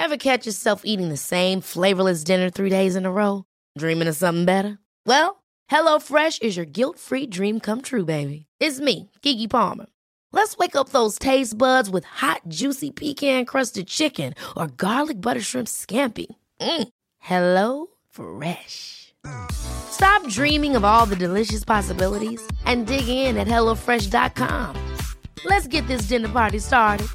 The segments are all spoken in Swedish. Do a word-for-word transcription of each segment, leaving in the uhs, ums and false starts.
Ever catch yourself eating the same flavorless dinner three days in a row? Dreaming of something better? Well, HelloFresh is your guilt-free dream come true, baby. It's me, Keke Palmer. Let's wake up those taste buds with hot, juicy pecan-crusted chicken or garlic butter shrimp scampi. Mm. Hello Fresh. Stop dreaming of all the delicious possibilities and dig in at hello fresh dot com. Let's get this dinner party started.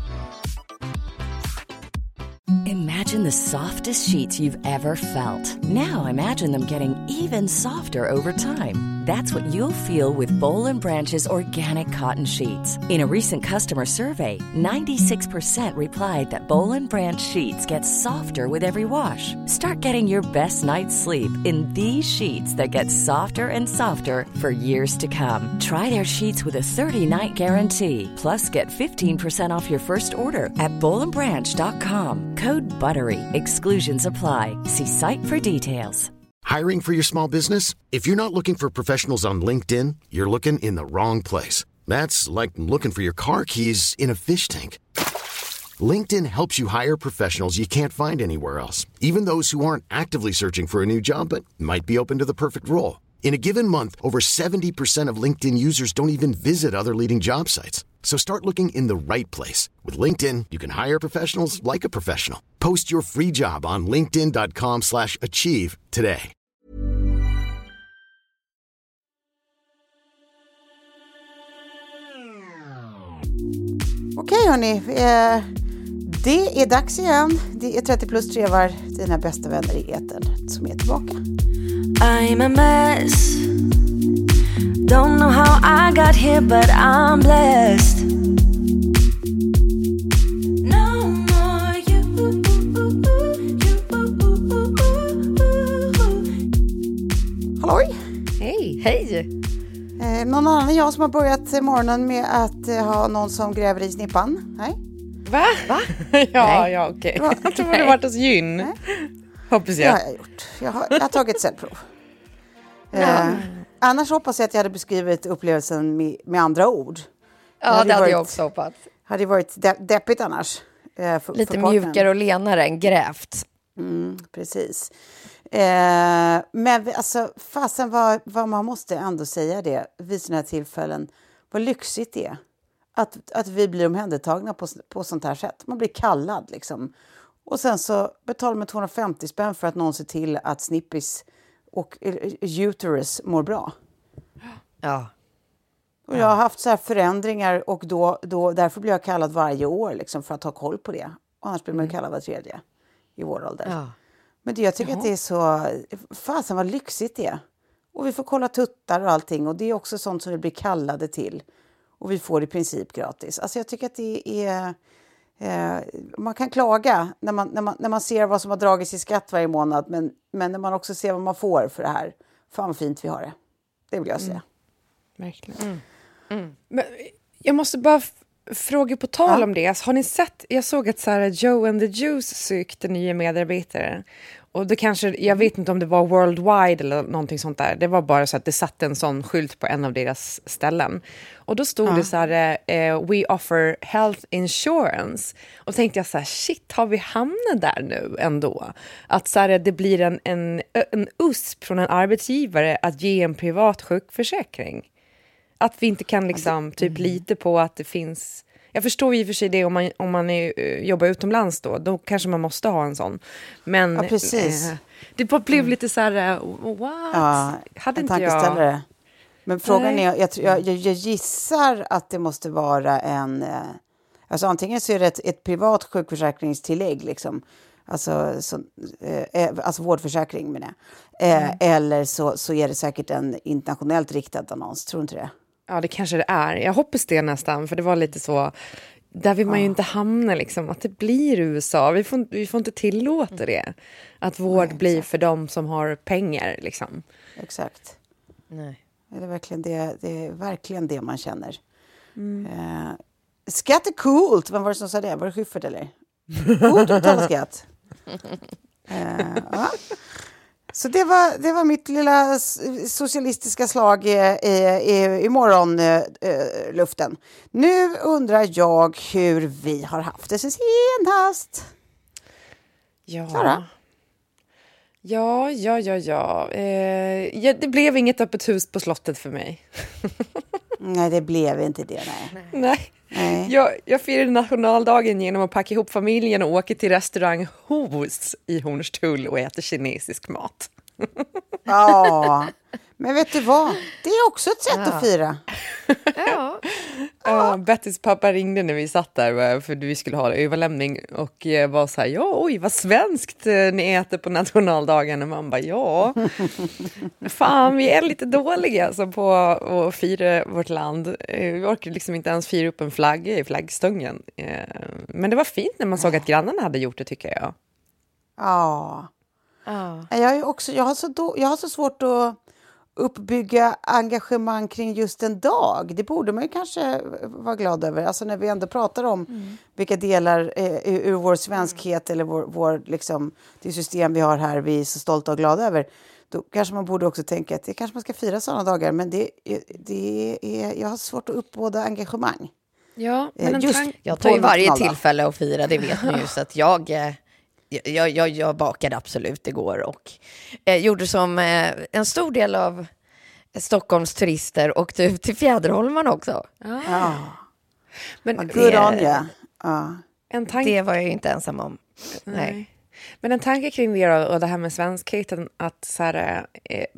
Imagine the softest sheets you've ever felt. Now imagine them getting even softer over time. That's what you'll feel with Boll and Branch's organic cotton sheets. In a recent customer survey, ninety-six percent replied that Boll and Branch sheets get softer with every wash. Start getting your best night's sleep in these sheets that get softer and softer for years to come. Try their sheets with a thirty-night guarantee. Plus, get fifteen percent off your first order at boll and branch dot com. Code BUTTERY. Exclusions apply. See site for details. Hiring for your small business? If you're not looking for professionals on LinkedIn, you're looking in the wrong place. That's like looking for your car keys in a fish tank. LinkedIn helps you hire professionals you can't find anywhere else, even those who aren't actively searching for a new job but might be open to the perfect role. In a given month, over seventy percent of LinkedIn users don't even visit other leading job sites. So start looking in the right place. With LinkedIn, you can hire professionals like a professional. Post your free job on linkedin dot com slash achieve today. Okej hörni, eh, det är dags igen. Det är trettio plus trevar, dina bästa vänner i etern, som är tillbaka. I'm a mess. Don't know how I got here, but I'm blessed. No more you. Halloj! Hej! Hej! Eh, någon annan än jag som har börjat morgonen med att eh, ha någon som gräver i snippan? Nej? Va? Va? ja, ja, okej. Okay. Jag tror det varit hos gyn. Nej. Hoppas jag. Det har jag gjort. Jag har, jag har tagit cellprov. eh, annars hoppas jag att jag hade beskrivit upplevelsen med, med andra ord. Ja, det hade, det hade varit, jag också hoppats. Hade varit de- deppigt annars. Eh, för, Lite för mjukare och lenare än grävt. Mm, precis. Eh, men alltså, fasen vad, vad man måste ändå säga det vid sådana här tillfällen. Vad lyxigt det är. Att, att vi blir omhändertagna på, på sånt här sätt. Man blir kallad liksom. Och sen så betalar man tvåhundrafemtio spänn för att någon ser till att snippis och uterus mår bra. Ja. Och jag har haft så här förändringar och då, då, därför blir jag kallad varje år liksom, för att ha koll på det. Och annars blir man ju kallad var tredje i vår ålder. Ja. Men det, jag tycker Jaha. att det är så... Fasen vad lyxigt det är. Och vi får kolla tuttar och allting. Och det är också sånt som vi blir kallade till. Och vi får i princip gratis. Alltså jag tycker att det är... Eh, man kan klaga när man, när, man, när man ser vad som har dragits i skatt varje månad. Men, men när man också ser vad man får för det här. Fan vad fint vi har det. Det vill jag säga. Mm. Verkligen. Mm. Mm. Men jag måste bara f- fråga på tal ja. om det. Har ni sett? Jag såg att Sarah Joe and the Juice sökte nya medarbetare. Och det kanske, jag vet inte om det var worldwide eller någonting sånt där. Det var bara så att det satt en sån skylt på en av deras ställen. Och då stod ja. det så här, eh, we offer health insurance. Och tänkte jag så här, shit, har vi hamnat där nu ändå? Att så här, det blir en, en, en U S P från en arbetsgivare att ge en privat sjukförsäkring. Att vi inte kan liksom typ lita på att det finns... Jag förstår ju för sig det om man, om man är, jobbar utomlands då. Då kanske man måste ha en sån. Men ja, precis. Eh, det bara blev lite så här, what? Ja, hade en inte jag... Men frågan Nej. är, jag, jag, jag, jag gissar att det måste vara en... Alltså antingen så är det ett, ett privat sjukförsäkringstillägg liksom. Alltså, så, eh, alltså vårdförsäkring menar jag. Eh, mm. Eller så, så är det säkert en internationellt riktad annons, tror inte det? Ja, det kanske det är. Jag hoppas det nästan, för det var lite så... Där vill man ju inte hamna, liksom, att det blir U S A. Vi får, vi får inte tillåta det. Att vård Nej, blir för dem som har pengar, liksom. Exakt. Nej. Det är verkligen det, det, är verkligen det man känner. Mm. Eh, skatt är coolt. Vem var det som sa det? Var det Schyffert eller? Coolt att betala skatt. Eh, ja. Så det var, det var mitt lilla socialistiska slag i, i, i morgonluften. Nu undrar jag hur vi har haft det sen senast. Ja. Klara? Ja, ja, ja, ja. Eh, ja. Det blev inget öppet hus på slottet för mig. Nej, det blev inte det, nej. Nej. nej. Jag, jag firade nationaldagen genom att packa ihop familjen och åka till restaurang Hos i Hornstull och äta kinesisk mat. Ja, men vet du vad? Det är också ett sätt ja. att fira. Ja. Ja. Uh, Bettys pappa ringde när vi satt där för vi skulle ha överlämning och var så här, ja oj vad svenskt ni äter på nationaldagen. Och man bara, ja fan vi är lite dåliga alltså, på att fira vårt land. Vi orkar liksom inte ens fira upp en flagga i flaggstången. Men det var fint när man såg att grannarna hade gjort det, tycker jag. Ja. Oh. Jag, är också, jag, har så då, jag har så svårt att uppbygga engagemang kring just en dag. Det borde man ju kanske vara glad över. Alltså när vi ändå pratar om mm. vilka delar eh, ur vår svenskhet eller vår, vår, liksom, det system vi har här vi är så stolta och glada över. Då kanske man borde också tänka att det kanske man ska fira sådana dagar. Men det, det är, jag har svårt att uppbåda engagemang. Ja, men en just, tank- jag tar ju varje tillfälle att fira, det vet ni ju. Så att jag... Jag, jag, jag bakade absolut igår och eh, gjorde som eh, en stor del av Stockholms turister och åkte ut till Fjäderholmen också. Ah. Ja. Men good on you. Ja. En tank- det var jag ju inte ensam om. Nej. Nej. Men en tanke kring det och det här med svenskheten att så här, eh, eh,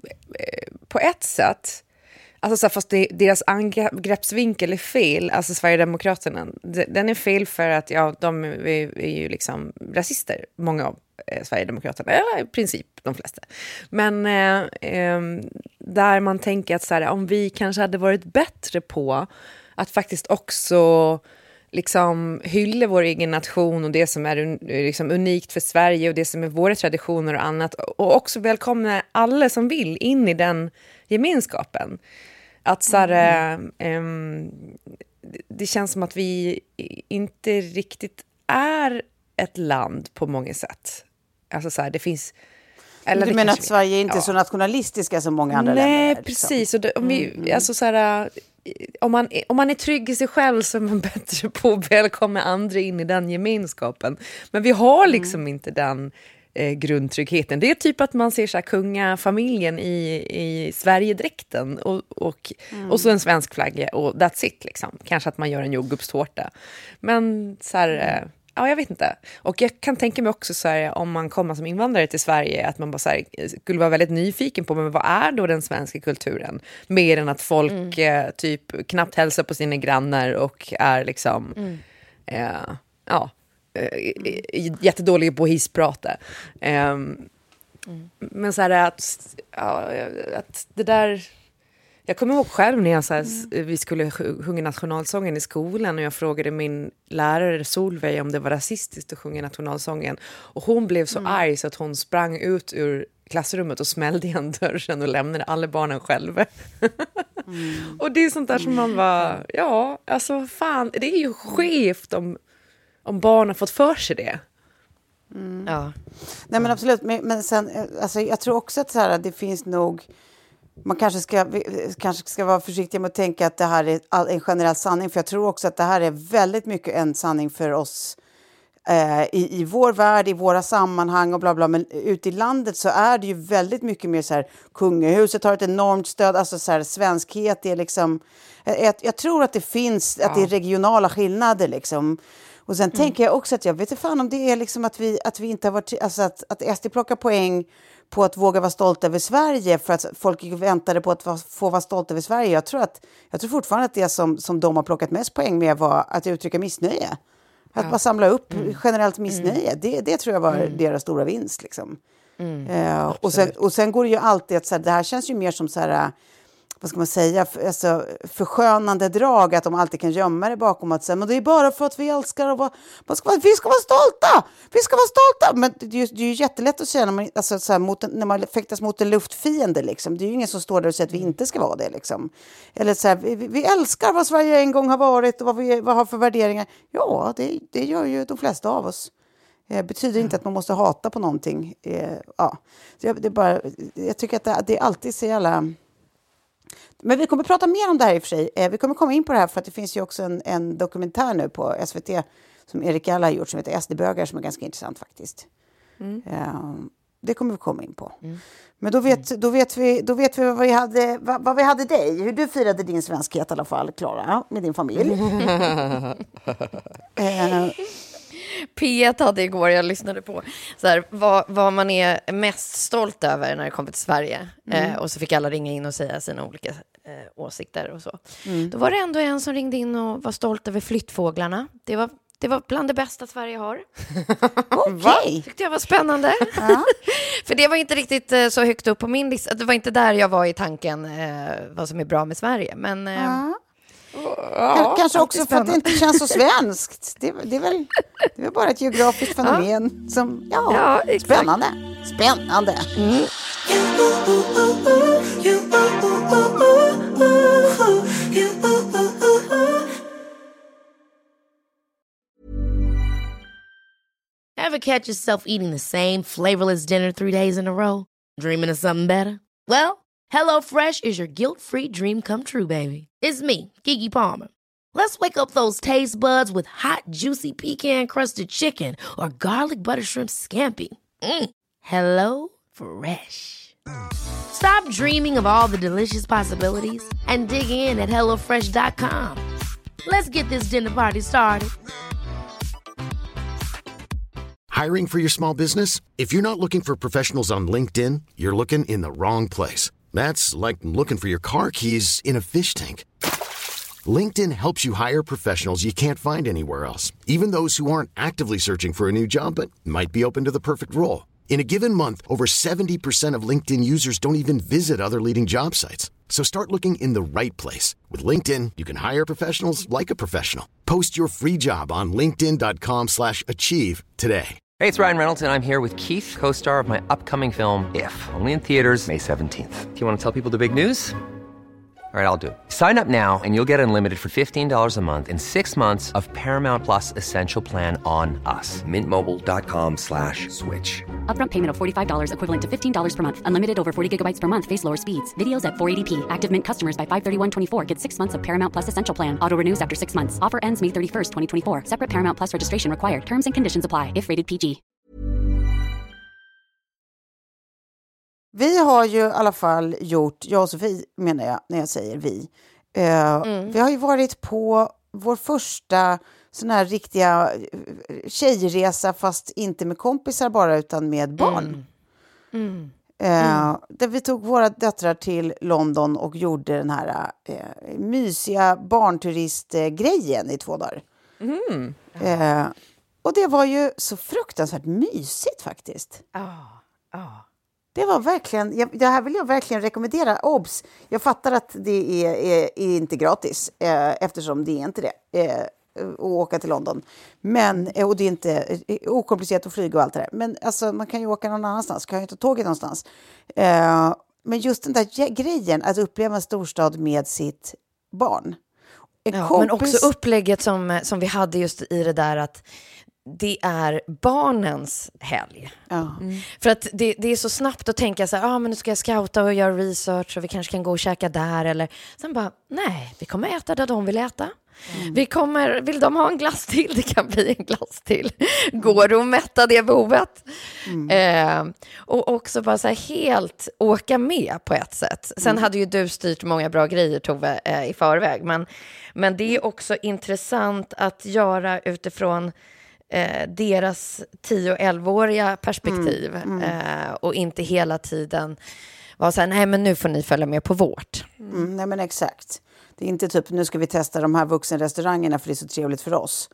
på ett sätt, alltså så här, fast det, deras angreppsvinkel är fel, alltså Sverigedemokraterna, den är fel för att ja, de är, är ju liksom rasister, många av eh, Sverigedemokraterna, eller i princip de flesta. Men eh, eh, där man tänker att så här, om vi kanske hade varit bättre på att faktiskt också liksom hylla vår egen nation och det som är un, liksom unikt för Sverige och det som är våra traditioner och annat, och också välkomna alla som vill in i den gemenskapen. Att så här, mm. ähm, det känns som att vi inte riktigt är ett land på många sätt. Alltså så här, det finns... Eller du menar att Sverige är inte ja. så nationalistiska som många andra Nej, länder? Nej, precis. Liksom. Och det, om, vi, mm. alltså så här, om, man, om man är trygg i sig själv så är man bättre på att välkomna andra in i den gemenskapen. Men vi har liksom mm. inte den... Eh, grundtryggheten. Det är typ att man ser så här kungafamiljen i, i Sverigedräkten och, och, mm. och så en svensk flagga och that's it liksom. Kanske att man gör en jordgubbstårta. Men så här, mm. eh, ja jag vet inte. Och jag kan tänka mig också så här, om man kommer som invandrare till Sverige att man bara så här, skulle vara väldigt nyfiken på men vad är då den svenska kulturen? Mer än att folk mm. eh, typ knappt hälsar på sina grannar och är liksom mm. eh, ja Mm. jättedåliga på hissprata. Um, mm. Men så här att, ja, att det där... Jag kommer ihåg själv när jag, så här, mm. vi skulle sjunga nationalsången i skolan och jag frågade min lärare Solveig om det var rasistiskt att sjunga nationalsången. Och hon blev så mm. arg så att hon sprang ut ur klassrummet och smällde igen dörren och lämnade alla barnen själva. Mm. Och det är sånt där som man var... Ja, alltså fan, det är ju skevt om... Om barn har fått för sig det. Mm. Ja. Nej men absolut. Men, men sen, alltså, jag tror också att så här, det finns nog... Man kanske ska, kanske ska vara försiktig med att tänka att det här är en generell sanning. För jag tror också att det här är väldigt mycket en sanning för oss eh, i, i vår värld, i våra sammanhang och bla bla. Men ute i landet så är det ju väldigt mycket mer så här... Kungahuset har ett enormt stöd. Alltså så här, svenskhet är liksom... Jag, jag tror att det finns, ja. att det är regionala skillnader liksom... Och sen mm. tänker jag också att jag vet inte fan om det är liksom att vi, att vi inte har varit... Alltså att, att S D plockar poäng på att våga vara stolt över Sverige för att folk väntade på att va, få vara stolt över Sverige. Jag tror, att, jag tror fortfarande att det som, som de har plockat mest poäng med var att uttrycka missnöje. Att ja. bara samla upp mm. generellt missnöje. Mm. Det, det tror jag var mm. deras stora vinst. Liksom. Mm. Uh, och, sen, och sen går det ju alltid att så här, det här känns ju mer som så här... vad ska man säga, för, alltså, förskönande drag att de alltid kan gömma det bakom att säga, men det är bara för att vi älskar och man ska, vi ska vara stolta, vi ska vara stolta, men det är ju, det är ju jättelätt att säga när man, alltså, så här, mot en, när man fäktas mot en luftfiende liksom. Det är ju ingen som står där och säger att vi inte ska vara det liksom. Eller så här, vi, vi älskar vad Sverige en gång har varit och vad vi vad har för värderingar. Ja, det, det gör ju de flesta av oss. Det betyder inte att man måste hata på någonting. Ja, det, det är bara, jag tycker att det, det är alltid så jävla... Men vi kommer prata mer om det här i och för sig. Vi kommer komma in på det här för att det finns ju också en, en dokumentär nu på S V T som Erik Alla har gjort som heter S D-bögar som är ganska intressant faktiskt. Mm. Uh, det kommer vi komma in på. Mm. Men då vet, då vet vi, då vet vi vad, vi hade, vad, vad vi hade dig. Hur du firade din svenskhet i alla fall, Klara, med din familj. uh, P ett hade igår, jag lyssnade på så här, vad, vad man är mest stolt över när det kommer till Sverige. Mm. Eh, och så fick alla ringa in och säga sina olika eh, åsikter och så. Mm. Då var det ändå en som ringde in och var stolt över flyttfåglarna. Det var, det var bland det bästa Sverige har. Okej. Okay. Tyckte jag var spännande. Ja. För det var inte riktigt eh, så högt upp på min lista. Det var inte där jag var i tanken eh, vad som är bra med Sverige. Men... Eh, ja. Ja, kanske också för att det inte känns så svenskt. Det, det, är, väl, det är väl bara ett geografiskt fenomen ja. som, ja, ja spännande. Spännande. Mm. Ever catch yourself eating the same flavorless dinner three days in a row? Dreaming of something better? Well, HelloFresh is your guilt-free dream come true, baby. It's me, Keke Palmer. Let's wake up those taste buds with hot, juicy pecan-crusted chicken or garlic butter shrimp scampi. Mm. Hello Fresh. Stop dreaming of all the delicious possibilities and dig in at hello fresh dot com. Let's get this dinner party started. Hiring for your small business? If you're not looking for professionals on LinkedIn, you're looking in the wrong place. That's like looking for your car keys in a fish tank. LinkedIn helps you hire professionals you can't find anywhere else, even those who aren't actively searching for a new job but might be open to the perfect role. In a given month, over seventy percent of LinkedIn users don't even visit other leading job sites. So start looking in the right place. With LinkedIn, you can hire professionals like a professional. Post your free job on linkedin dot com slash achieve today. Hey, it's Ryan Reynolds, and I'm here with Keith, co-star of my upcoming film, If, only in theaters May seventeenth. Do you want to tell people the big news? All right, I'll do it. Sign up now and you'll get unlimited for fifteen dollars a month and six months of Paramount Plus Essential Plan on us. Mint Mobile dot com slash switch. Upfront payment of forty-five dollars equivalent to fifteen dollars per month. Unlimited over forty gigabytes per month. Face lower speeds. Videos at four eighty p. Active Mint customers by five thirty-one twenty-four get six months of Paramount Plus Essential Plan. Auto renews after six months. Offer ends May thirty-first, twenty twenty-four. Separate Paramount Plus registration required. Terms and conditions apply if rated P G. Vi har ju i alla fall gjort, jag och Sofie menar jag när jag säger vi, uh, mm. vi har ju varit på vår första sån här riktiga tjejresa, fast inte med kompisar bara utan med barn. Mm. Mm. Uh, mm. Där vi tog våra döttrar till London och gjorde den här uh, mysiga barnturistgrejen i två dagar. Mm. Uh, och det var ju så fruktansvärt mysigt faktiskt. Ja, oh. ja. Oh. Det var verkligen, jag, det här vill jag verkligen rekommendera. Obs, jag fattar att det är, är, är inte gratis eh, eftersom det är inte det eh, att åka till London. Men, och det är inte eh, okomplicerat att flyga och allt det där. Men alltså, man kan ju åka någon annanstans, kan ju inte ta tåget någonstans. Eh, men just den där grejen att uppleva en storstad med sitt barn. Ja, kompis... Men också upplägget som, som vi hade just i det där att det är barnens helg. Ja. Mm. För att det, det är så snabbt att tänka så här, ah, men nu ska jag scouta och göra research och vi kanske kan gå och käka där. Eller sen bara, nej, vi kommer äta där de vill äta. Mm. Vi kommer, vill de ha en glass till? Det kan bli en glass till. Går det att mätta det behovet? Mm. Eh, och också bara så här helt åka med på ett sätt. Sen mm. hade ju du styrt många bra grejer, Tove, eh, i förväg. Men, men det är också intressant att göra utifrån Eh, deras tio- och elvaåriga perspektiv mm, mm. Eh, och inte hela tiden vara så här, nej men nu får ni följa med på vårt. Mm, nej men exakt. Det är inte typ, nu ska vi testa de här vuxenrestaurangerna för det är så trevligt för oss.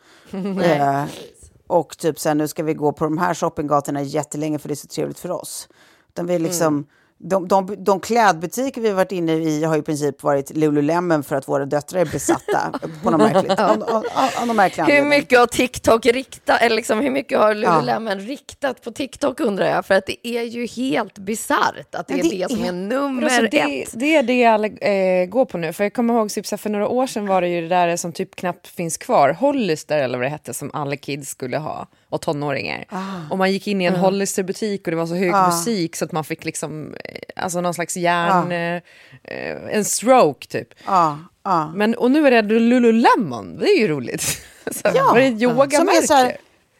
eh, och typ så här, nu ska vi gå på de här shoppinggatorna jättelänge för det är så trevligt för oss. Utan vi liksom... Mm. De, de, de klädbutiker vi har varit inne i har i princip varit Lululemon för att våra döttrar är besatta på något märkligt. Av, av, av någon märklig hur mycket har TikTok riktat, eller liksom, hur mycket har Lululemon ja. riktat på TikTok undrar jag, för att det är ju helt bizarrt att det, det är det som är nummer alltså, det, ett. Det är det jag äh, går på nu, för jag kommer ihåg typ, så för några år sedan var det ju det där som typ knappt finns kvar, Hollister eller vad det hette, som alla kids skulle ha och tonåringar. Ah. Och man gick in i en mm. Hollister-butik och det var så hög ah. musik så att man fick liksom alltså någon slags hjärn ah. eh, en stroke typ. Ah. Ah. Men och nu är det Lululemon. Det är ju roligt. Så, ja, var det ett yogamärke? Som är så här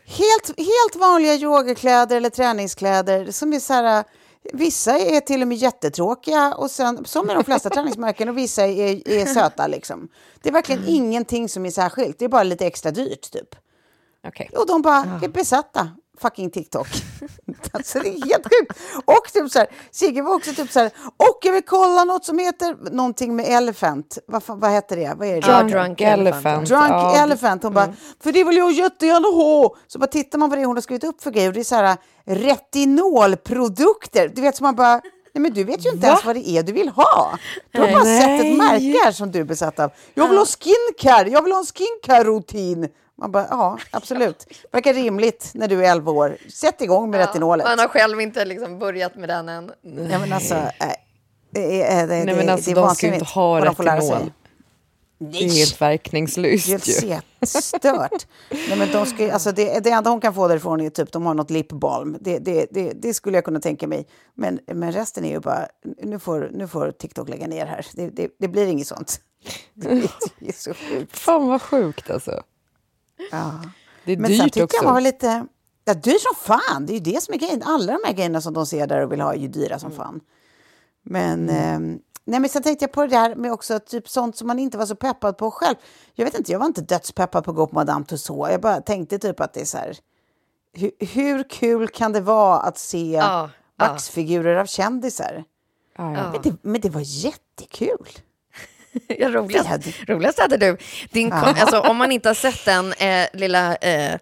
helt, helt vanliga yogakläder eller träningskläder som är så här, vissa är till och med jättetråkiga och sen, som är de flesta träningsmärken, och vissa är, är söta liksom. Det är verkligen mm. ingenting som är särskilt, det är bara lite extra dyrt typ. Okay. Och de bara ja. är besatta. Fucking TikTok. Alltså det är helt sjukt. Och typ så här, Sigge var också typ så här, och jag vill kolla något som heter någonting med elephant. Vad, vad heter det? Vad är det? Drunk, Drunk Elephant. Drunk ja. Elephant. Hon mm. bara, för det vill jag jättegärna ha. Så bara tittar man på det hon har skrivit upp för grejer. Och det är så här retinolprodukter. Du vet som man bara, nej men du vet ju inte Va? ens vad det är du vill ha. Du har bara nej. sett ett märke här som du är besatt av. Jag vill ha skincare. Jag vill ha en skincare-rutin. Man bara, ja, absolut. Verkar rimligt när du är elva år. Sätt igång med ja, retinolet. Man har själv inte liksom börjat med den än. Nej, men alltså, äh, det, det, Nej, men alltså de ska ju inte ha retinol. Det är helt verkningslöst. Det är helt stört. Nej, men de ska, alltså det, det enda hon kan få därifrån är typ de har något lipbalm. Det, det, det, det skulle jag kunna tänka mig. Men, men resten är ju bara, nu får, nu får TikTok lägga ner här. Det, det, det blir inget sånt. Det är, det är så sjukt. Fan vad sjukt alltså. Ja. Det är men dyrt sen tycker också. Jag man var lite, ja, dyrt som fan. Det är ju det som är grejen. Alla de här grejerna som de ser där och vill ha är ju dyra som fan. Men, mm. eh, nej, men sen tänkte jag på det där med också typ sånt som man inte var så peppad på själv. Jag vet inte, jag var inte dödspeppad på att gå på Madame Tussauds. Jag bara tänkte typ att det är så här, hur, hur kul kan det vara att se ja, vaxfigurer ja. av kändisar? Ja, ja. Men, det, men det var jättekul. Ja, roligast, hade... roligast hade du din kom- alltså, om man inte har sett den eh, lilla eh,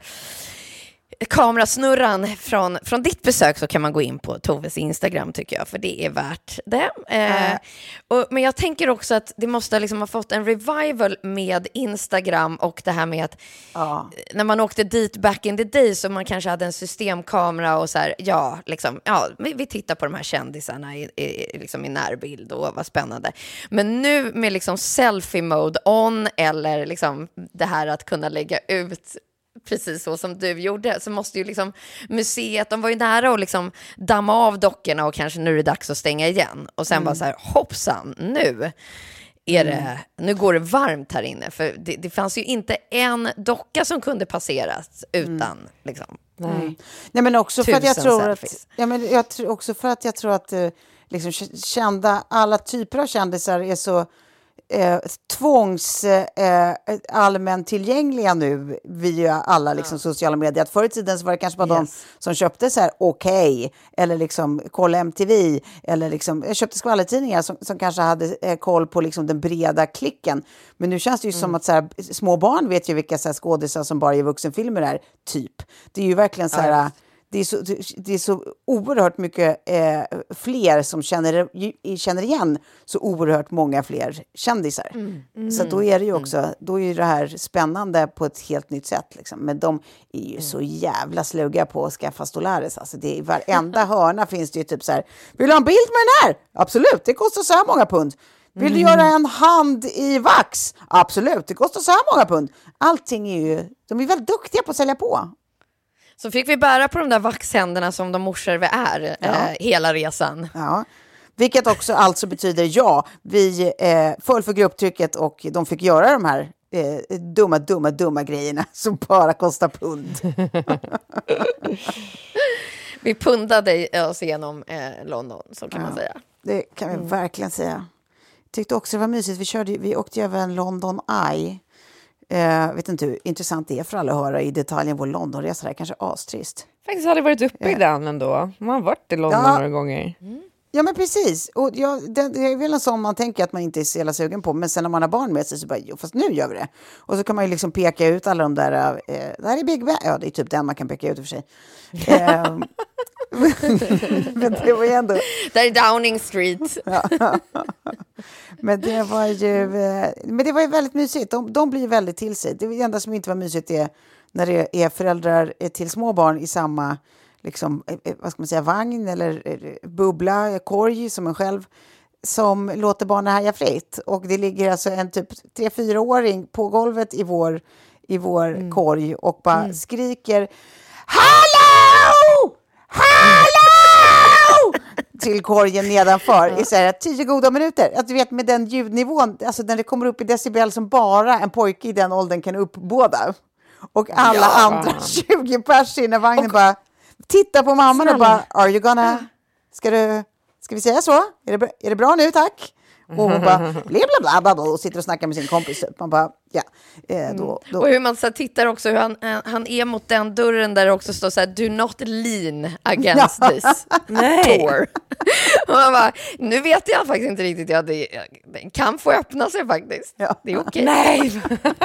kamerasnurran från, från ditt besök, så kan man gå in på Toves Instagram tycker jag, för det är värt det. Eh, äh. och, men jag tänker också att det måste liksom ha fått en revival med Instagram och det här med att ja. när man åkte dit back in the day så man kanske hade en systemkamera och så här, ja, liksom, ja vi, vi tittar på de här kändisarna i, i, liksom i närbild och vad spännande. Men nu med liksom selfie mode on eller liksom det här att kunna lägga ut precis så som du gjorde, så måste ju liksom museet, de var ju nära att liksom damma av dockorna och kanske nu är det dags att stänga igen. Och sen mm. bara så här, hoppsan, nu är det, mm. nu går det varmt här inne. För det, det fanns ju inte en docka som kunde passeras utan mm. liksom. Nej. Mm. Nej, men också för att jag tror att, ja, men jag tror också för att jag tror att liksom kända, alla typer av kändisar är så Eh, tvångs eh, allmänt tillgängliga nu via alla liksom, ja. sociala medier. Att förr i tiden så var det kanske bara yes. de som köpte så här okej okay, eller liksom kolla M T V eller liksom, jag köpte skvallertidningar som, som kanske hade eh, koll på liksom, den breda klicken. Men nu känns det ju mm. som att så här, små barn vet ju vilka så här, skådisar som bara är vuxenfilmer är typ. Det är ju verkligen så här ja. Det är, så, det är så oerhört mycket eh, fler som känner, känner igen så oerhört många fler kändisar. Mm. Mm. Så då är det ju också, då är det här spännande på ett helt nytt sätt. Liksom. Men de är ju mm. så jävla slugga på att skaffa Stolaris. Alltså det är, varenda hörna finns det ju typ så här, vill du ha en bild med den här? Absolut, det kostar så här många pund. Vill du mm. göra en hand i vax? Absolut, det kostar så här många pund. Allting är ju, de är väldigt duktiga på att sälja på. Så fick vi bära på de där vaxhänderna som de morsor vi är ja. eh, hela resan. Ja, vilket också alltså betyder ja, vi eh, föll för grupptrycket och de fick göra de här eh, dumma, dumma, dumma grejerna som bara kostar pund. Vi pundade oss igenom eh, London, så kan ja, man säga. Det kan vi mm. verkligen säga. Tyckte också det var mysigt. Vi, körde, vi åkte över en London Eye. Uh, vet inte hur intressant det är för alla att höra i detaljen vår Londonresa. Det är kanske astrist. Faktiskt hade varit uppe uh. i den ändå. Man har varit i London ja. några gånger. Mm. Ja, men precis. Och jag, det, det är väl en sån man tänker att man inte är så jävla sugen på. Men sen när man har barn med sig så bara, jo, fast nu gör vi det. Och så kan man ju liksom peka ut alla de där, uh, det här är Big Ben. Ja, det är typ den man kan peka ut i och för sig. uh, men det var ju ändå... Det är Downing Street. Men det var ju men det var ju väldigt mysigt. De, de blir väldigt till sig. Det enda som inte var mysigt är när det är föräldrar till små barn i samma liksom, vad ska man säga, vagn eller bubbla, korg som en själv, som låter barnen härja fritt. Och det ligger alltså en typ tre-fyra-åring på golvet i vår, i vår mm. korg och bara mm. skriker hallå! Hallå! Till korgen nedanför ja. i så här tio goda minuter. Att du vet med den ljudnivån, alltså när det kommer upp i decibel som bara en pojke i den åldern kan uppbåda. Och alla ja. andra tjugo pers i vagnen och, bara tittar på mamman och bara, are you gonna, ska, du, ska vi säga så? Är det, är det bra nu, tack? Och hon bara, bla bla bla bla, och sitter och snackar med sin kompis. Man bara, ja. Eh, då, då. Och hur man så tittar också, hur han, han är mot den dörren där det också står så här, do not lean against this door. Och man bara, nu vet jag faktiskt inte riktigt, ja, det, den kan få öppna sig faktiskt. Ja. Det är okej. Nej!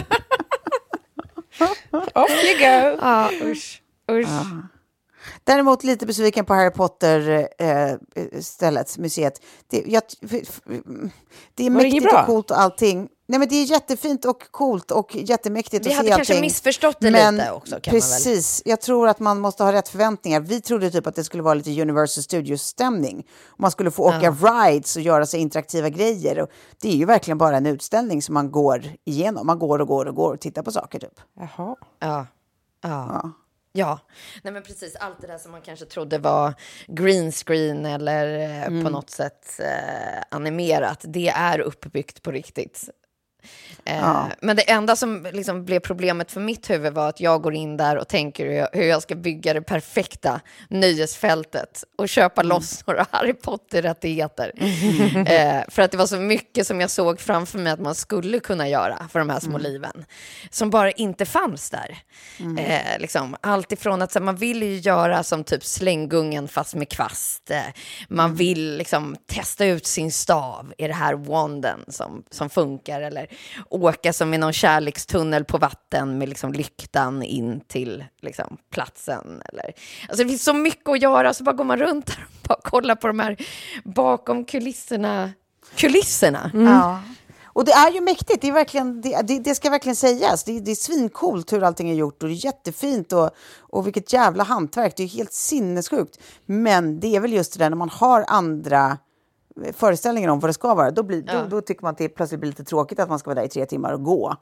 Off you go. Ja, usch. usch. Ja. Däremot lite besviken på Harry Potter eh, stället, museet. Det, jag, det är Var mäktigt det och coolt och allting. Nej, men det är jättefint och coolt och jättemäktigt Vi att se allting. Vi hade kanske missförstått det men lite också, kan precis, man väl? Jag tror att man måste ha rätt förväntningar. Vi trodde typ att det skulle vara lite Universal Studios-stämning. Man skulle få åka ja. rides och göra sig interaktiva grejer. Och det är ju verkligen bara en utställning som man går igenom. Man går och går och går och tittar på saker typ. Jaha. Ja. Ja. Ja. Ja, nej men precis, allt det där som man kanske trodde var green screen eller mm. på något sätt eh, animerat, det är uppbyggt på riktigt. Eh, ja. Men det enda som liksom blev problemet för mitt huvud var att jag går in där och tänker hur jag, hur jag ska bygga det perfekta nöjesfältet och köpa mm. loss några Harry Potter-rättigheter. Mm. Eh, för att det var så mycket som jag såg framför mig att man skulle kunna göra för de här små mm. liven. Som bara inte fanns där. Mm. Eh, liksom, allt ifrån att så, man vill ju göra som typ slänggungen fast med kvast. Eh, man mm. vill liksom testa ut sin stav. Är det här wanden som, som funkar? Eller åka som i någon kärlekstunnel på vatten med liksom lyktan in till liksom platsen. Eller, alltså det finns så mycket att göra, så bara går man runt där och bara kollar på de här bakom kulisserna. Kulisserna. Mm. Ja. Och det är ju mäktigt, det, är verkligen, det, det, det ska verkligen sägas. Det, det är svincoolt hur allting är gjort och det är jättefint och, och vilket jävla hantverk. Det är helt sinnessjukt. Men det är väl just det där när man har andra föreställningar om vad det ska vara, då, blir, ja. då, då tycker man att det plötsligt blir lite tråkigt att man ska vara där i tre timmar och gå.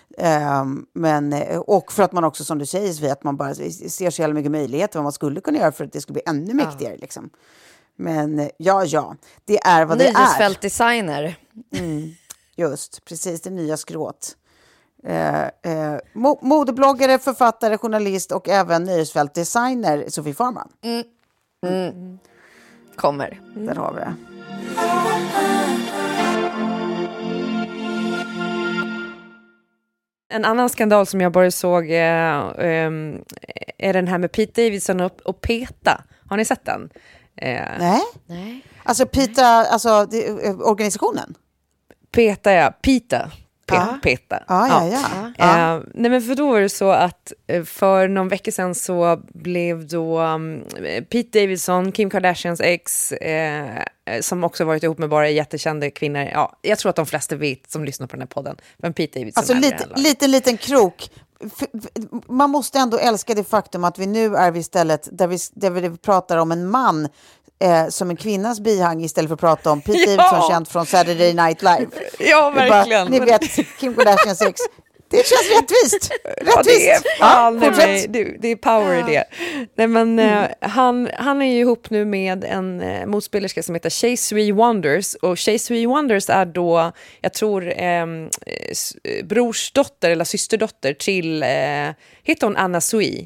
Um, men, och för att man också, som du säger, Sofie, att man bara ser så jävla mycket möjligheter vad man skulle kunna göra för att det skulle bli ännu mäktigare. Ja. Liksom. Men ja, ja, det är vad det är. Nöjesfältdesigner. Mm, just, precis, det nya skråt. Uh, uh, mo- modebloggare, författare, journalist och även nöjesfältdesigner Sofie Farman. Mm. Mm. Kommer. Mm. Där har vi det. En annan skandal som jag bara såg eh, um, är den här med Pete Davidson och, och PETA. Har ni sett den? Eh, Nej. Nej. Alltså PETA, alltså det, organisationen? PETA, ja. PETA. Ja. PETA. Ja, ja, ja. ja. Uh, nej, men för då var det så att uh, för någon vecka sedan så blev då um, Pete Davidson, Kim Kardashians ex, uh, som också varit ihop med bara jättekända kvinnor. Ja, jag tror att de flesta vet som lyssnar på den här podden. Men Pete Davidson alltså är lite, liten, liten krok. Man måste ändå älska det faktum att vi nu är vid stället där vi, där vi pratar om en man Eh, som en kvinnas bihang istället för att prata om Pete ja. Davidson, känd från Saturday Night Live. Ja, verkligen. Bara, ni vet, Kim Kardashian sex. Det känns rättvist. Rättvist. Ja, det är fan ja, mig. Det, det är power i det. Nej, men, mm. eh, han, han är ju ihop nu med en eh, motspelerska som heter Shay Sui Wonders. Och Shay Sui Wonders är då, jag tror, eh, brorsdotter eller systerdotter till, eh, heter hon Anna Sui?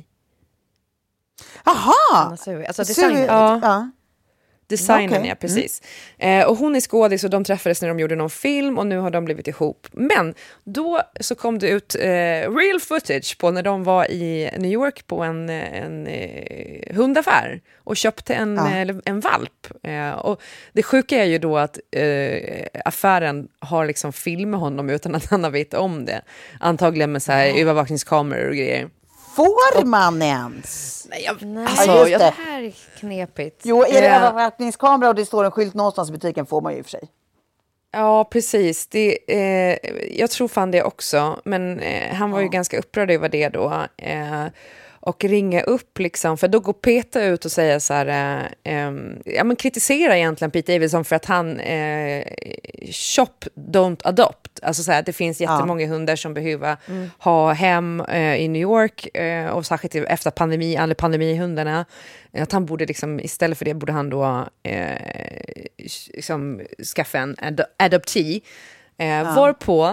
Aha! Anna Sui. Alltså design. Ja. ja. Designen, okay. ja, precis. Mm. Eh, och hon är skådis och de träffades när de gjorde någon film och nu har de blivit ihop. Men då så kom det ut eh, real footage på när de var i New York på en, en eh, hundaffär och köpte en, ja. eh, en valp. Eh, och det sjuka är ju då att eh, affären har liksom film med honom utan att han vet om det. Antagligen med så här ja. övervakningskameror och grejer. Får man ens? Nej, jag, Nej, alltså, just det. det här är knepigt. Jo, är det ja. övervakningskamera och det står en skylt någonstans i butiken får man ju i och för sig. Ja, precis. Det, eh, jag tror fan det också. Men eh, han var ju ja. ganska upprörd över det då. Eh, och ringa upp liksom. För då går Peter ut och säger så här. Eh, eh, ja, men kritisera egentligen Pete Davidson för att han eh, shop, don't adopt. Alltså så här, det finns jättemånga ja. hundar som behöver mm. ha hem eh, i New York. Eh, och särskilt efter pandemi, alla pandemihundarna. Att han borde liksom, istället för det borde han då eh, liksom skaffa en ad- adoptee. Eh, ja. Varpå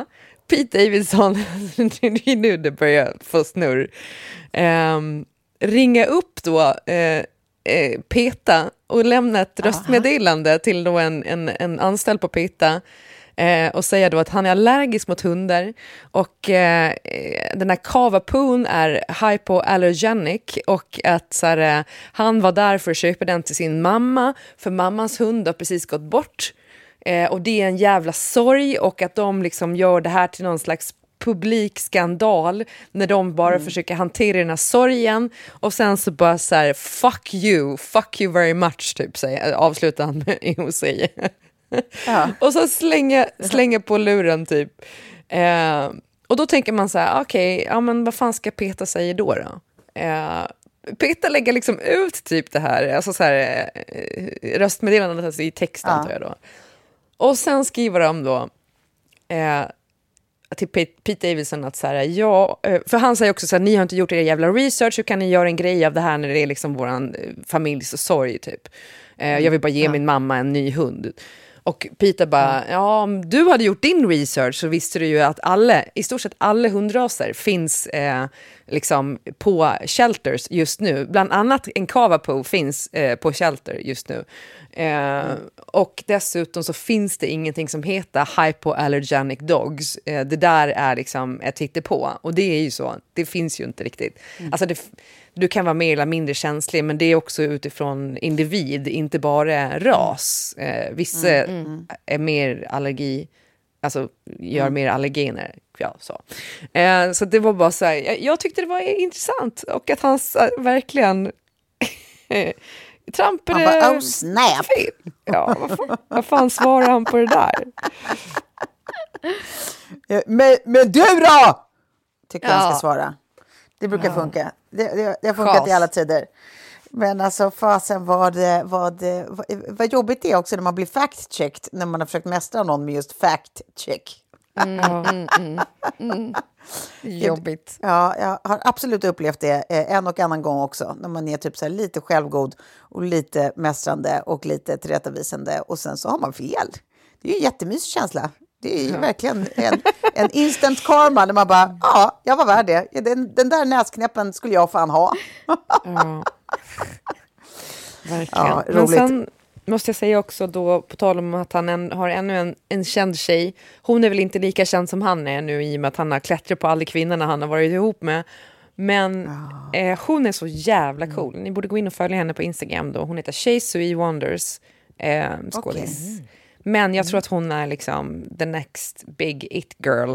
Pete Davidson, det är nu det börjar få snurr, eh, ringa upp då eh, eh, PETA och lämna ett röstmeddelande till då en, en, en anställd på PETA eh, och säga då att han är allergisk mot hundar och eh, den här Cavapoon är hypoallergenic och att så här, eh, han var där för att köpa den till sin mamma för mammans hund har precis gått bort. Eh, och det är en jävla sorg och att de liksom gör det här till någon slags publik skandal när de bara mm. försöker hantera den här sorgen och sen så bara så här fuck you, fuck you very much typ säger, avslutar han med att säga. Ja. Och så slänger, slänger på luren typ. Eh, och då tänker man så här, okej, okay, ja men vad fan ska Peter säga då då? Eh, Peter lägger liksom ut typ det här, alltså så här eh, röstmeddelandet alltså i text antar ja. jag då. Och sen skriver de då eh, till Pete, Pete Davidson att så här, ja, för han säger också så här, ni har inte gjort er jävla research, hur kan ni göra en grej av det här när det är liksom våran familjs sorg typ. Eh, jag vill bara ge ja. min mamma en ny hund. Och Peter bara, ja, om du hade gjort din research så visste du ju att alla, i stort sett alla hundraser finns eh, liksom på shelters just nu. Bland annat en Cavapo finns eh, på shelter just nu. Eh, mm. Och dessutom så finns det ingenting som heter hypoallergenic dogs. Eh, det där är liksom ett hittepå. Och det är ju så, det finns ju inte riktigt. Mm. Alltså det, du kan vara mer eller mindre känslig, men det är också utifrån individ, inte bara ras. Eh, vissa mm, mm. är mer allergi, alltså gör mm. mer allergener. Ja, så. Eh, så det var bara så här, jag, jag tyckte det var intressant och att han uh, verkligen trampade... Han bara, oh snap! Fel. Ja, vad fan, vad fan svarar han på det där? Men, men du då? Tycker ja. han ska svara. Det brukar ja. funka. Det, det, det har funkat Chas. i alla tider. Men alltså fasen vad, vad, vad, vad jobbigt det är också när man blir fact-checked. När man har försökt mästra någon med just fact-check. Mm, mm, mm, mm. Jobbigt. Ja, jag har absolut upplevt det en och annan gång också. När man är typ så här lite självgod och lite mästrande och lite tillrättavisande. Och sen så har man fel. Det är ju en jättemysig känsla. Det är ju ja. verkligen en, en instant karma när man bara, ja, jag var värd det. Den, den där näsknäppen skulle jag fan ha. Ja. Verkligen. Ja, men sen måste jag säga också då, på tal om att han en, har ännu en, en känd tjej. Hon är väl inte lika känd som han är nu i och med att han har klättrat på alla kvinnorna han har varit ihop med. Men ja. eh, hon är så jävla cool. Ni borde gå in och följa henne på Instagram då. Hon heter Shay Sui Wonders. Eh, skådis. Okay. Men jag tror att hon är liksom the next big it girl.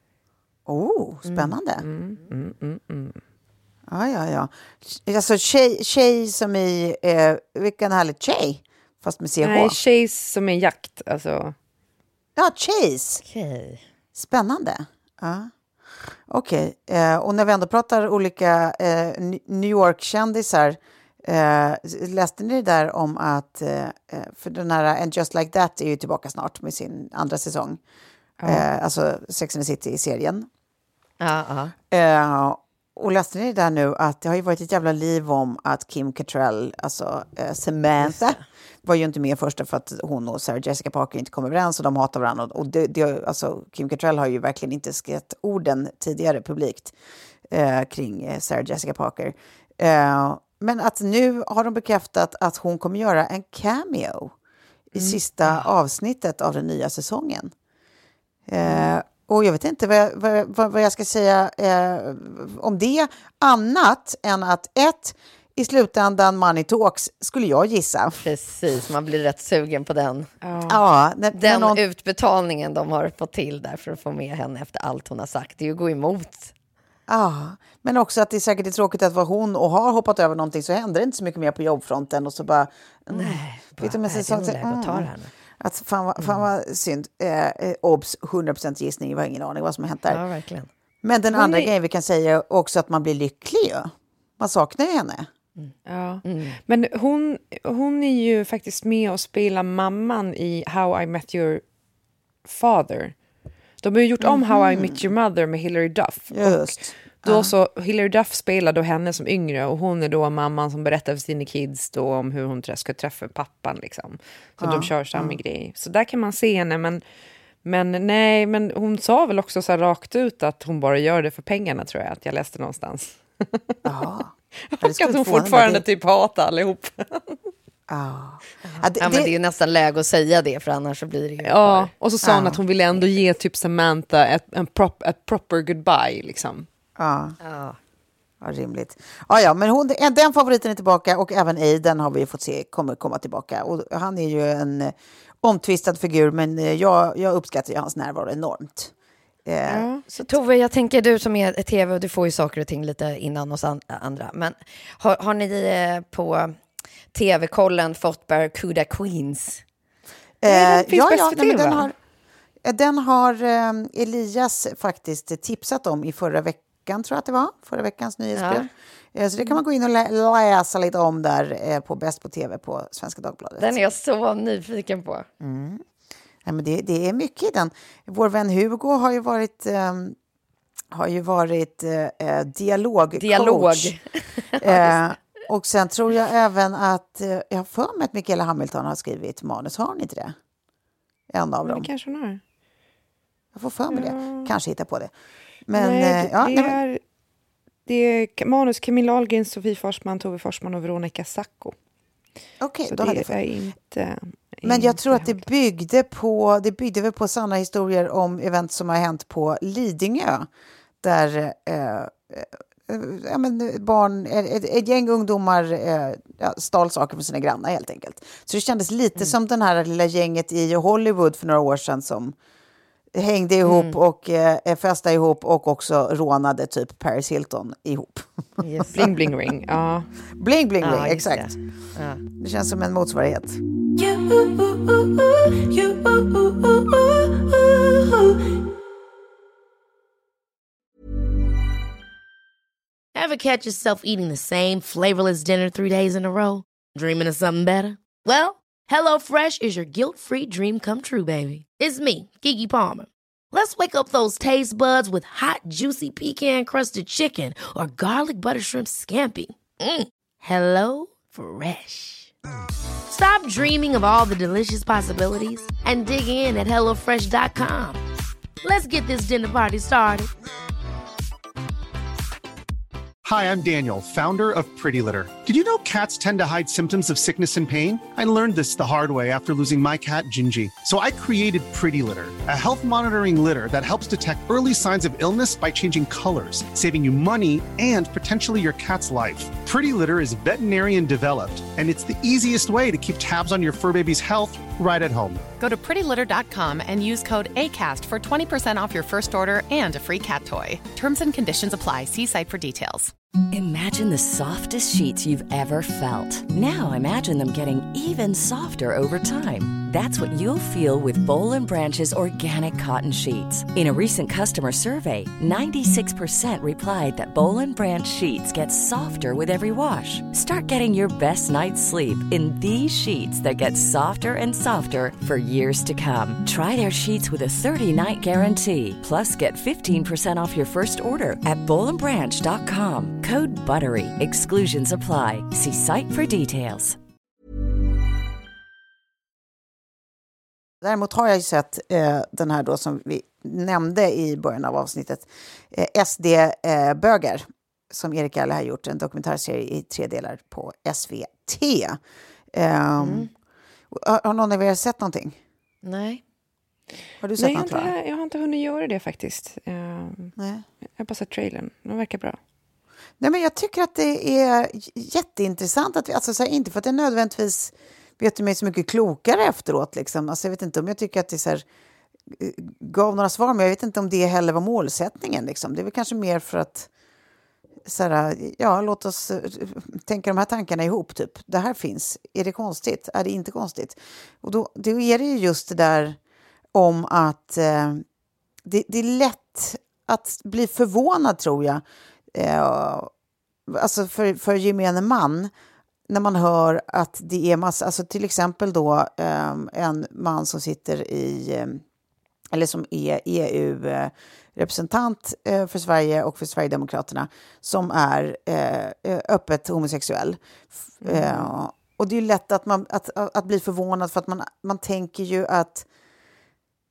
Oh, spännande. Mm, mm, mm, mm. Ja, ja, ja. Alltså tjej, tjej som i, eh, vilken härlig tjej. Fast med C H. Nej, tjej som är jakt. Alltså. Ja, Chase. Okay. Spännande. Ja. Okej. Okay. Eh, och när vi ändå pratar olika eh, New York-kändisar. Eh, läste ni det där om att eh, för den här And Just Like That är ju tillbaka snart med sin andra säsong. Ja. Eh, alltså Sex and the City i serien. Ja, eh, och läste ni det där nu att det har ju varit ett jävla liv om att Kim Cattrall, alltså eh, Samantha, var ju inte med först för att hon och Sarah Jessica Parker inte kom överens och de hatar varandra. Och det, det, alltså, Kim Cattrall har ju verkligen inte skrivit orden tidigare publikt eh, kring eh, Sarah Jessica Parker. Eh, Men att nu har de bekräftat att hon kommer göra en cameo i mm. sista avsnittet av den nya säsongen. Eh, och jag vet inte vad jag, vad, vad jag ska säga eh, om det. Annat än att ett, i slutändan Money Talks skulle jag gissa. Precis, man blir rätt sugen på den. Ja. Ja, när, den när någon... utbetalningen de har fått till där för att få med henne efter allt hon har sagt. Det är ju att gå emot. Ja, men också att det är säkert är tråkigt att vara hon och har hoppat över någonting så händer det inte så mycket mer på jobbfronten och så bara... Mm, Nej, vet du, men så, så, så, mm, att fan, vad, fan vad synd. Eh, eh, obs, hundra procent gissning, jag har ingen aning vad som har hänt där. Ja, verkligen. Men den hon andra är... grejen vi kan säga är också att man blir lycklig. Man saknar ju henne. Mm. Ja, mm. Men hon, hon är ju faktiskt med och spelar mamman i How I Met Your Father. De har ju gjort om mm. How I Met Your Mother med Hilary Duff. Just. Och då så, Hilary Duff spelar då henne som yngre och hon är då mamman som berättar för sina kids då om hur hon ska träffa pappan liksom. Så ja, de kör samma ja. grej. Så där kan man se henne, men Men nej, men hon sa väl också så här rakt ut att hon bara gör det för pengarna, tror jag, att jag läste någonstans. Ja. Och att hon fortfarande det... typ hatar allihop. Ja. Ja, det, ja, men det är ju nästan läge att säga det, för annars så blir det ju... Ja, och så sa ja. hon att hon ville ändå ge typ Samantha ett, en prop, ett proper goodbye, liksom. Ja. Ja. Ja, rimligt. Ja, ja, men hon, den favoriten är tillbaka, och även Aiden har vi fått se kommer komma tillbaka. Och han är ju en omtvistad figur, men jag, jag uppskattar ju hans närvaro enormt. Ja. Så Tove, jag tänker, du som är tv och du får ju saker och ting lite innan oss andra, men har, har ni på tv-kollen fått Barracuda Queens? Eh, ja, ja, nej, men den har, den har eh, Elias faktiskt tipsat om i förra veckan, tror jag att det var, förra veckans nyhetsbrev. Ja. Eh, så det kan man gå in och lä- läsa lite om där eh, på Bäst på T V på Svenska Dagbladet. Den är jag så nyfiken på. Mm. Ja, men det, det är mycket i den. Vår vän Hugo har ju varit, eh, har ju varit eh, dialogcoach. Dialog. eh, och sen tror jag även att, eh, jag har för mig att Michaela Hamilton har skrivit manus. Har ni inte det? En av men dem. Det kanske hon har. Jag får för mig ja. det. Kanske hitta på det. Men, nej, eh, ja, det, nej, är, men... det är manus Camilla Ahlgren, Sofie Forsman, Tove Forsman och Veronica Sacco. Okej, okay, då hade det är inte... Men jag tror att det byggde på, det byggde väl på sanna historier om event som har hänt på Lidingö. Där eh, ja, men barn, ett, ett gäng ungdomar eh, ja, stal saker från sina grannar helt enkelt. Så det kändes lite mm. som den här lilla gänget i Hollywood för några år sedan som hängde ihop mm. och eh, festade ihop och också rånade typ Paris Hilton ihop. Yes. Bling bling ring. Ja. Bling bling ring, ja, exakt. Det. Ja. Det känns som en motsvarighet. Ever catch yourself eating the same flavorless dinner three days in a row? Dreaming of something better? Well, HelloFresh is your guilt-free dream come true, baby. It's me, Keke Palmer. Let's wake up those taste buds with hot, juicy pecan-crusted chicken or garlic butter shrimp scampi. Mm. Hello Fresh. Stop dreaming of all the delicious possibilities and dig in at hello fresh dot com. Let's get this dinner party started. Hi, I'm Daniel, founder of Pretty Litter. Did you know cats tend to hide symptoms of sickness and pain? I learned this the hard way after losing my cat, Gingy. So I created Pretty Litter, a health monitoring litter that helps detect early signs of illness by changing colors, saving you money and potentially your cat's life. Pretty Litter is veterinarian developed, and it's the easiest way to keep tabs on your fur baby's health right at home. Go to pretty litter dot com and use code ACAST for twenty percent off your first order and a free cat toy. Terms and conditions apply. See site for details. Imagine the softest sheets you've ever felt. Now imagine them getting even softer over time. That's what you'll feel with Boll and Branch's organic cotton sheets. In a recent customer survey, ninety-six percent replied that Boll and Branch sheets get softer with every wash. Start getting your best night's sleep in these sheets that get softer and softer for years to come. Try their sheets with a thirty-night guarantee. Plus, get fifteen percent off your first order at boll and branch dot com. Code BUTTERY. Exclusions apply. See site for details. Däremot har jag ju sett eh, den här då som vi nämnde i början av avsnittet. Eh, S D-bögar. Eh, som Erik Alle har gjort. En dokumentärserie i tre delar på S V T. Eh, mm. har, har någon av er sett någonting? Nej. Har du sett Nej, något? jag, har inte, jag har inte hunnit göra det faktiskt. Uh, Nej. Jag har bara sett trailern. Den verkar bra. Nej, men jag tycker att det är jätteintressant. Att vi, alltså, så här, inte för att det nödvändigtvis vet du mig så mycket klokare efteråt. Liksom. Alltså, jag vet inte om jag tycker att det så här, gav några svar. Men jag vet inte om det heller var målsättningen. Liksom. Det är väl kanske mer för att så här, ja, låt oss tänka de här tankarna ihop. Typ. Det här finns. Är det konstigt? Är det inte konstigt? Och då, då är det ju just det där om att eh, det, det är lätt att bli förvånad, tror jag. Eh, alltså för, för gemene man när man hör att det är massa, alltså till exempel då eh, en man som sitter i eh, eller som är E U-representant eh, för Sverige och för Sverigedemokraterna som är eh, öppet homosexuell. Mm. Eh, och det är ju lätt att, man, att, att bli förvånad för att man, man tänker ju att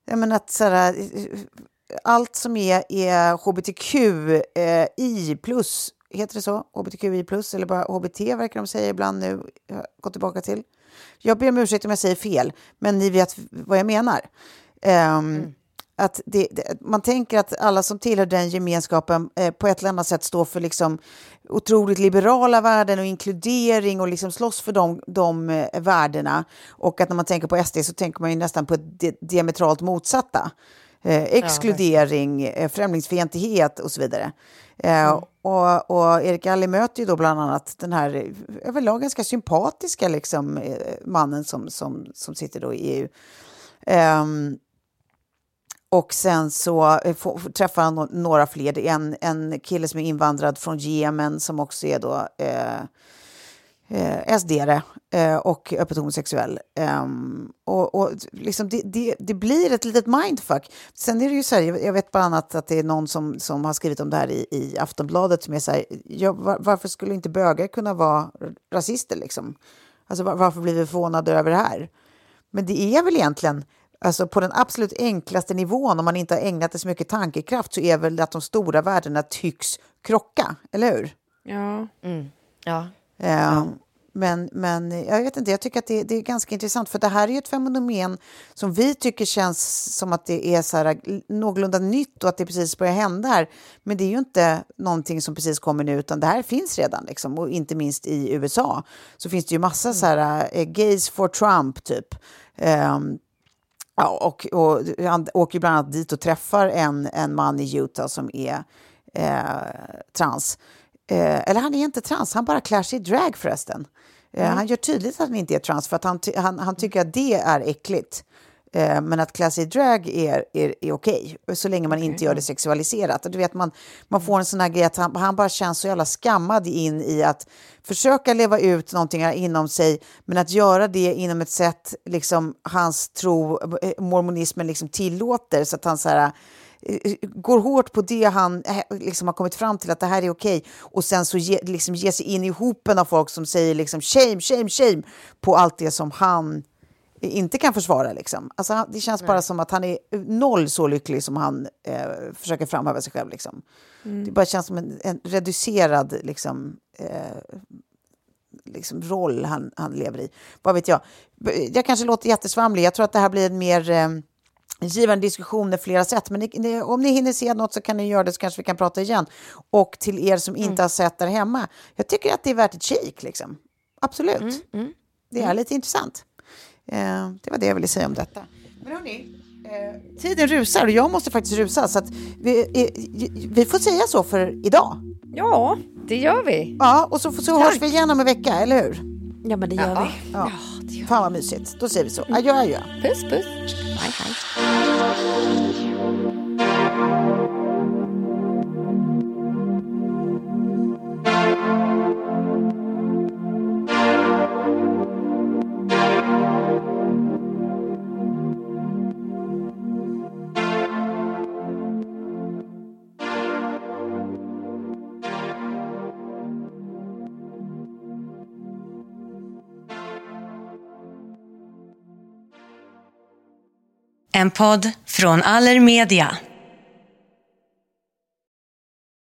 jag menar att såhär, allt som är, är H B T Q I plus, heter det så? H B T Q I plus eller bara H B T verkar de säga ibland nu. Jag går tillbaka till. Jag ber om ursäkt om jag säger fel, men ni vet vad jag menar. Um, mm. Att det, det, man tänker att alla som tillhör den gemenskapen eh, på ett eller annat sätt står för liksom otroligt liberala värden och inkludering och liksom slåss för de, de eh, värdena. Och att när man tänker på S D så tänker man ju nästan på di- diametralt motsatta. Eh, exkludering, ja, eh, främlingsfientlighet och så vidare. Eh, mm. och, och Erik Alli möter ju då bland annat den här överlag ganska sympatiska liksom, eh, mannen som, som, som sitter då i E U. Um, och sen så får, träffar han no- några fler. En, en kille som är invandrad från Jemen som också är då eh, eh, S D-are eh, och öppet homosexuell. Um, och och liksom det, det, det blir ett litet mindfuck. Sen är det ju så här, jag vet bland annat att det är någon som, som har skrivit om det här i, i Aftonbladet som är så här, ja, var, varför skulle inte bögar kunna vara rasister liksom? Alltså var, varför blir vi förvånade över det här? Men det är väl egentligen, alltså på den absolut enklaste nivån, om man inte har ägnat det så mycket tankekraft, så är väl att de stora värdena tycks krocka, eller hur? Ja. Mm. Ja. Uh, ja. Men, men jag vet inte, jag tycker att det, det är ganska intressant, för det här är ju ett fenomen som vi tycker känns som att det är så här någorlunda nytt och att det precis börjar hända här. Men det är ju inte någonting som precis kommer nu, utan det här finns redan liksom, och inte minst i U S A så finns det ju massa mm. så här uh, gays for Trump typ. Um, ja, och, och han åker ju bland annat dit och träffar en, en man i Utah som är eh, trans. Eh, eller han är inte trans, han bara klär sig i drag förresten. Eh, mm. Han gör tydligt att han inte är trans för att han, ty- han, han tycker att det är äckligt. Eh, men att klä sig i drag är, är, är okej. Så länge man okay. inte gör det sexualiserat. Och du vet, man, man får en sån här grej att han, han bara känns så jävla skammad in i att försöka leva ut någonting inom sig. Men att göra det inom ett sätt liksom hans tro, mormonismen liksom tillåter. Så att han så här går hårt på det han liksom har kommit fram till att det här är okej, och sen så ge, liksom ge sig in i hopen av folk som säger liksom shame, shame, shame på allt det som han inte kan försvara liksom. Alltså, det känns Nej. bara som att han är noll så lycklig som han eh, försöker framhäva sig själv liksom. Mm. Det bara känns som en, en reducerad liksom, eh, liksom roll han, han lever i. Vad vet jag? Jag kanske låter jättesvamlig. Jag tror att det här blir en mer eh, givande diskussion i flera sätt. Men ni, ni, om ni hinner se något så kan ni göra det, så kanske vi kan prata igen. Och till er som inte mm. har sett där hemma, jag tycker att det är värt ett kik liksom. Absolut. Mm, mm, det är mm. lite intressant. Eh, det var det jag ville säga om detta. Men hörni, eh, tiden rusar och jag måste faktiskt rusa, så att vi, eh, vi får säga så för idag. Ja, det gör vi. Ja, och så, så hörs vi igen om en vecka, eller hur? Ja, men det gör ja, vi. Ja. Ja, det gör Fan vad mysigt. Då säger vi så. Adjö, adjö. Puss, puss. Hej, hej. En podd från Allermedia.